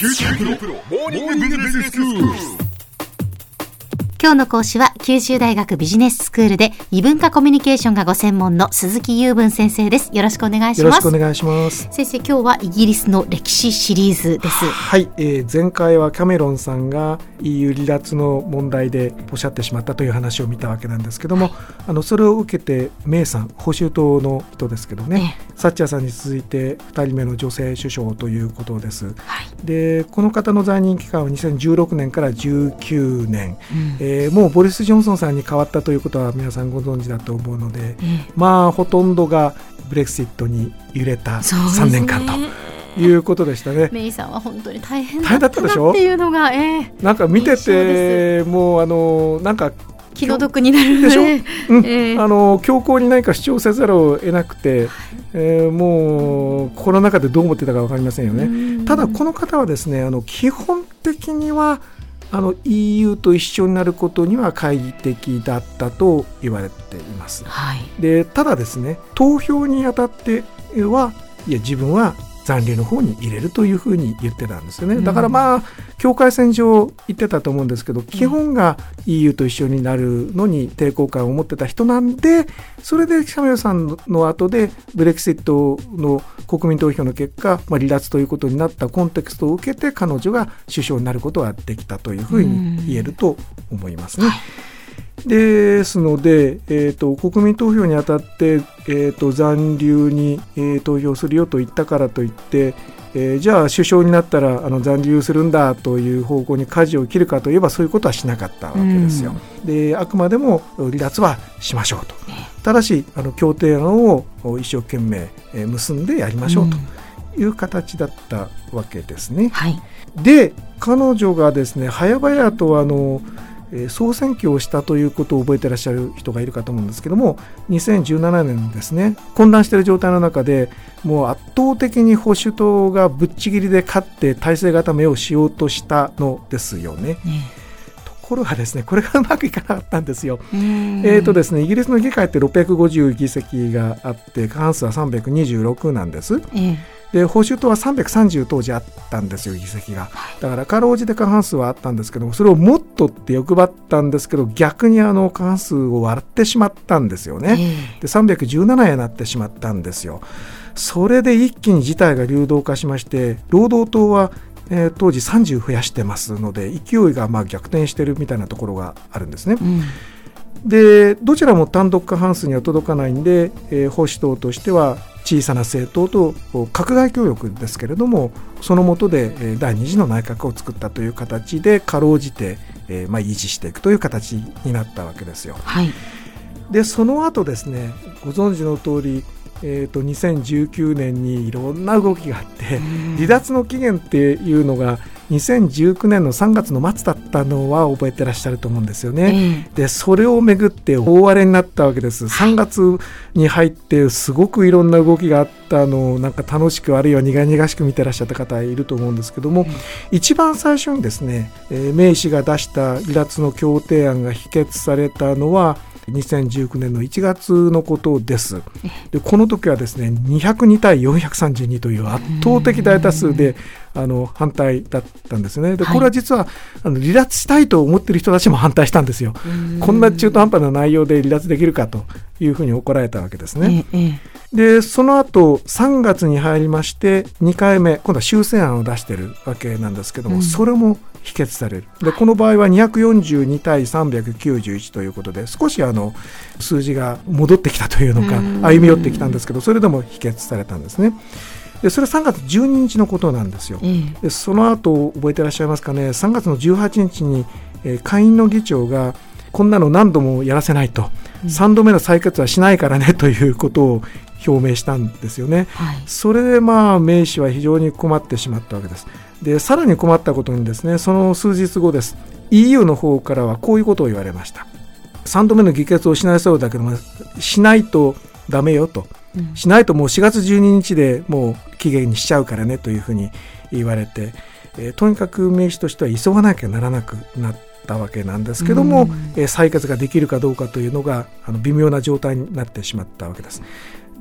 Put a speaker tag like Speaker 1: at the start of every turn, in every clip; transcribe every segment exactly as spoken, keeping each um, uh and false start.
Speaker 1: 九州大学モーニングビジネススクール。
Speaker 2: 今日の講師は九州大学ビジネススクールで異文化コミュニケーションがご専門の鈴木雄文先生です。よろしくお願いします。
Speaker 3: よろしくお願いします。
Speaker 2: 先生、今日はイギリスの歴史シリーズです。
Speaker 3: はい、えー、前回はキャメロンさんが イーユー 離脱の問題でおっしゃってしまったという話を見たわけなんですけども、はい、あのそれを受けてメイさん、保守党の人ですけどね、えー、サッチャーさんに続いてふたりめの女性首相ということです、はい、でこの方の在任期間はにせんじゅうろくねんからじゅうきゅうねん、うんえー、もうボリス・ジョンソンさんに変わったということは皆さんご存知だと思うので、えー、まあほとんどがブレクシットに揺れたさんねんかんということでしたね。
Speaker 2: メイさんは本当に大変だったなっていうのが、えー、
Speaker 3: なんか見ててもうあのなんか
Speaker 2: 気の毒になる
Speaker 3: でしょ、うん
Speaker 2: えー、
Speaker 3: あの強硬に何か主張せざるを得なくて、はいえー、もうコロナ禍でどう思ってたか分かりませんよね。ただこの方はですね、あの基本的にはあの イーユー と一緒になることには懐疑的だったと言われています、はい、でただですね、投票にあたってはいや自分は残留の方に入れるというふうに言ってたんですよね。だからまあ境界線上言ってたと思うんですけど、基本が イーユー と一緒になるのに抵抗感を持ってた人なんで、それでキャメロンさんの後でブレクシットの国民投票の結果、まあ、離脱ということになったコンテクストを受けて彼女が首相になることができたというふうに言えると思いますね。ですので、えー、と国民投票にあたって、えー、と残留に、えー、投票するよと言ったからといって、えー、じゃあ首相になったらあの残留するんだという方向に舵を切るかといえばそういうことはしなかったわけですよ。であくまでも離脱はしましょうと、ただしあの協定案を一生懸命、えー、結んでやりましょうという形だったわけですね、はい、で彼女がですね早々とあの総選挙をしたということを覚えていらっしゃる人がいるかと思うんですけども、にせんじゅうななねんですね、混乱している状態の中でもう圧倒的に保守党がぶっちぎりで勝って体制固めをしようとしたのですよね、うん、ところがですねこれがうまくいかなかったんですよ。えーとですね、イギリスの議会ってろっぴゃくごじゅうぎせきがあって過半数はさんびゃくにじゅうろくなんです、うんで保守党はさんびゃくさんじゅう当時あったんですよ、議席が。だからかろうじて過半数はあったんですけども、それをもっとって欲張ったんですけど、逆にあの過半数を割ってしまったんですよね。でさんびゃくじゅうななになってしまったんですよ。それで一気に事態が流動化しまして、労働党はえー、当時さんじゅう増やしてますので勢いがまあ逆転してるみたいなところがあるんですね、うんでどちらも単独過半数には届かないんで、えー、保守党としては小さな政党と閣外協力ですけれども、その下で、えー、だいに次の内閣を作ったという形でかろうじて、えーまあ、維持していくという形になったわけですよ、はい、でその後ですね、ご存知の通りえー、とにせんじゅうきゅうねんにいろんな動きがあって離脱の期限っていうのがにせんじゅうきゅうねんのさんがつの末だったのは覚えてらっしゃると思うんですよね、うん、でそれをめぐって大荒れになったわけです。さんがつに入ってすごくいろんな動きがあったのをなんか楽しくあるいは苦々しく見てらっしゃった方いると思うんですけども、うん、一番最初にですね、えー、メイ氏が出した離脱の協定案が否決されたのはにせんじゅうきゅうねんのいちがつのことです。でこの時はですねにひゃくにたいよんひゃくさんじゅうにという圧倒的大多数であの反対だったんですね。でこれは実はあの離脱したいと思っている人たちも反対したんですよ。こんな中途半端な内容で離脱できるかというふうに怒られたわけですね。でその後さんがつに入りましてにかいめ今度は修正案を出しているわけなんですけども、うん、それも否決される。でこの場合はにひゃくよんじゅうにたいさんびゃくきゅうじゅういちということで少しあの数字が戻ってきたというのか歩み寄ってきたんですけど、それでも否決されたんですね。でそれはさんがつじゅうににちのことなんですよ、うん、でその後覚えていらっしゃいますかね、さんがつのじゅうはちにちに、えー、下院の議長がこんなの何度もやらせないと、うん、さんどめの採決はしないからねということを表明したんですよね、はい、それでまあメイ氏は非常に困ってしまったわけです。でさらに困ったことにですね、その数日後です。 イーユー の方からはこういうことを言われました。さんどめの議決をしないそうだけどもしないとダメよと、うん、しないともうしがつじゅうににちでもう期限にしちゃうからねというふうに言われて、えー、とにかくメイ氏としては急がなきゃならなくなったわけなんですけども、うんえー、採決ができるかどうかというのがあの微妙な状態になってしまったわけです。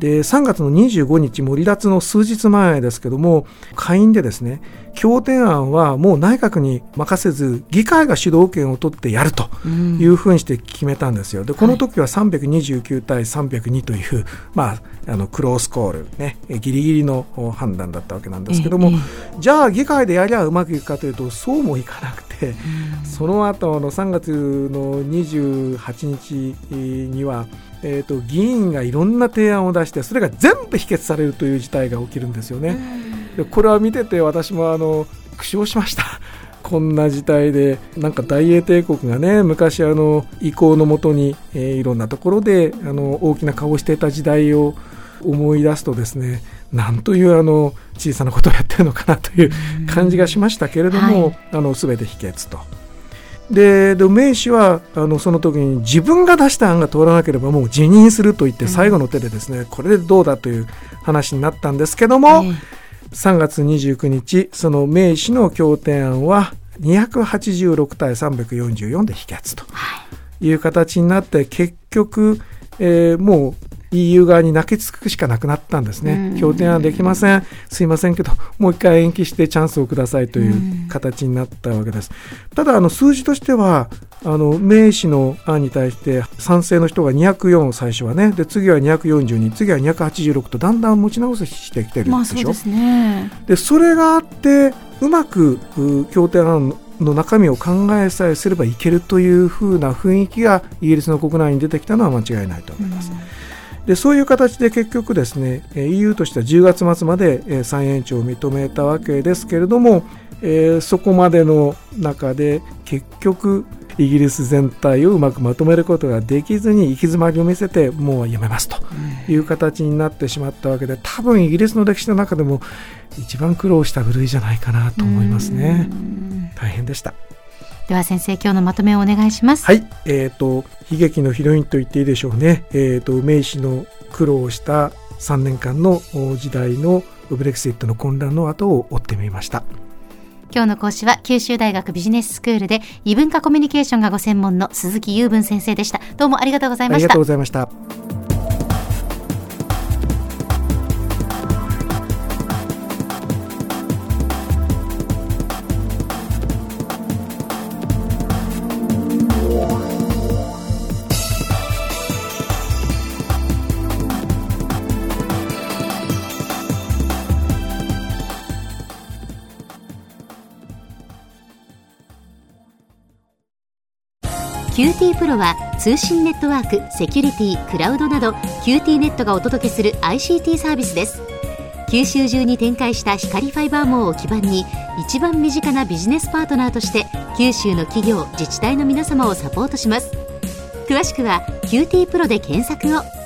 Speaker 3: でさんがつのにじゅうごにちも離脱の数日前ですけども、下院でですね、協定案はもう内閣に任せず議会が主導権を取ってやるというふうにして決めたんですよ。でこの時はさんびゃくにじゅうきゅうたいさんびゃくにという、まあ、あのクロースコール、ね、ギリギリの判断だったわけなんですけども、ええ、じゃあ議会でやりゃうまくいくかというとそうもいかなくて、その後のさんがつのにじゅうはちにちにはえー、と議員がいろんな提案を出してそれが全部否決されるという事態が起きるんですよね。でこれは見てて私もあの苦笑しました。こんな事態でなんか大英帝国がね、昔あの意向のもとに、えー、いろんなところであの大きな顔をしていた時代を思い出すとですね、なんというあの小さなことをやってるのかなという感じがしましたけれども、はい、あの全て否決と。で, でメイ氏はあのその時に自分が出した案が通らなければもう辞任すると言って最後の手でですね、うん、これでどうだという話になったんですけども、うん、さんがつにじゅうくにちそのメイ氏の協定案はにひゃくはちじゅうろくたいさんびゃくよんじゅうよんで否決という形になって結局、えー、もうイーユー 側に泣きつくしかなくなったんですね。協定案できません、すいませんけどもう一回延期してチャンスをくださいという形になったわけです。ただあの数字としてはあのメイ氏の案に対して賛成の人がにひゃくよん、最初はね、で次はにひゃくよんじゅうに、次はにひゃくはちじゅうろくとだんだん持ち直ししてきてるでしょ。まあそうですね。でそれがあってうまく協定案の中身を考えさえすればいけるという風な雰囲気がイギリスの国内に出てきたのは間違いないと思います。でそういう形で結局ですね イーユー としてはじゅうがつまつまで再延長を認めたわけですけれども、えー、そこまでの中で結局イギリス全体をうまくまとめることができずに行き詰まりを見せてもうやめますという形になってしまったわけで、多分イギリスの歴史の中でも一番苦労した部類じゃないかなと思いますね。大変でした。
Speaker 2: では先生、今日のまとめをお願いします。
Speaker 3: はい、えーと、悲劇のヒロインと言っていいでしょうね。えーと、メイ氏の苦労したさんねんかんの時代のブレクシットの混乱の後を追ってみました。
Speaker 2: 今日の講師は九州大学ビジネススクールで異文化コミュニケーションがご専門の鈴木雄文先生でした。どうもありがとうございました。
Speaker 3: ありがとうございました。
Speaker 2: キューティー プロは通信ネットワーク、セキュリティ、クラウドなど キューティー ネットがお届けする アイシーティー サービスです。九州中に展開した光ファイバー網を基盤に一番身近なビジネスパートナーとして九州の企業、自治体の皆様をサポートします。詳しくは キューティー プロで検索を。